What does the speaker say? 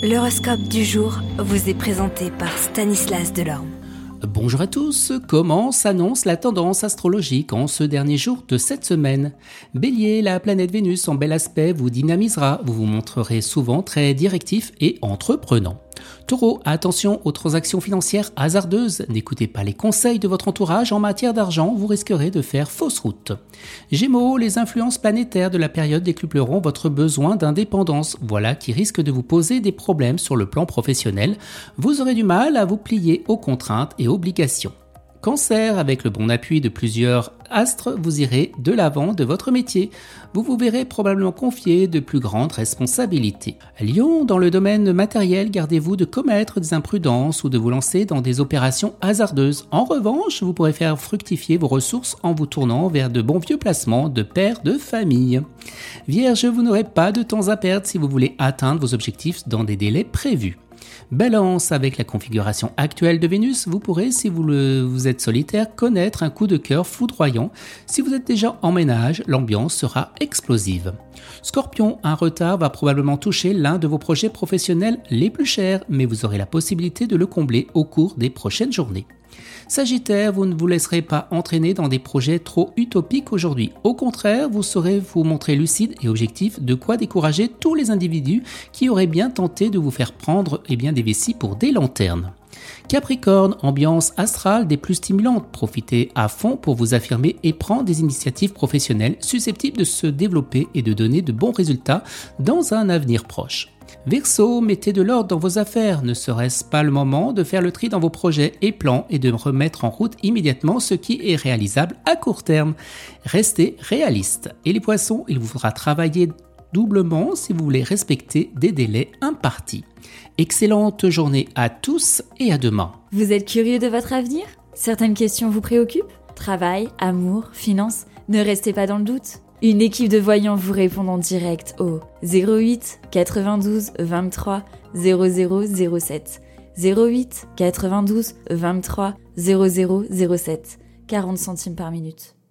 L'horoscope du jour vous est présenté par Stanislas Delorme. Bonjour à tous, comment s'annonce la tendance astrologique en ce dernier jour de cette semaine? Bélier, la planète Vénus en bel aspect vous dynamisera, vous vous montrerez souvent très directif et entreprenant. Taureau, attention aux transactions financières hasardeuses, n'écoutez pas les conseils de votre entourage en matière d'argent, vous risquerez de faire fausse route. Gémeaux, les influences planétaires de la période décupleront votre besoin d'indépendance, voilà qui risque de vous poser des problèmes sur le plan professionnel, vous aurez du mal à vous plier aux contraintes et obligations. Cancer, avec le bon appui de plusieurs astres, vous irez de l'avant de votre métier. Vous vous verrez probablement confier de plus grandes responsabilités. Lion, dans le domaine matériel, gardez-vous de commettre des imprudences ou de vous lancer dans des opérations hasardeuses. En revanche, vous pourrez faire fructifier vos ressources en vous tournant vers de bons vieux placements de pères de famille. Vierge, vous n'aurez pas de temps à perdre si vous voulez atteindre vos objectifs dans des délais prévus. Balance, avec la configuration actuelle de Vénus, vous pourrez, si vous êtes solitaire, connaître un coup de cœur foudroyant. Si vous êtes déjà en ménage, l'ambiance sera explosive. Scorpion, un retard va probablement toucher l'un de vos projets professionnels les plus chers, mais vous aurez la possibilité de le combler au cours des prochaines journées. Sagittaire, vous ne vous laisserez pas entraîner dans des projets trop utopiques aujourd'hui. Au contraire, vous saurez vous montrer lucide et objectif, de quoi décourager tous les individus qui auraient bien tenté de vous faire prendre des vessies pour des lanternes. Capricorne, ambiance astrale des plus stimulantes. Profitez à fond pour vous affirmer et prendre des initiatives professionnelles susceptibles de se développer et de donner de bons résultats dans un avenir proche. Verseau, mettez de l'ordre dans vos affaires. Ne serait-ce pas le moment de faire le tri dans vos projets et plans et de remettre en route immédiatement ce qui est réalisable à court terme? Restez réaliste. Et les poissons, il vous faudra travailler doublement si vous voulez respecter des délais impartis. Excellente journée à tous et à demain. Vous êtes curieux de votre avenir? Certaines questions vous préoccupent? Travail, amour, finances? Ne restez pas dans le doute. Une équipe de voyants vous répond en direct au 08 92 23 0007. 08 92 23 0007. 40 centimes par minute.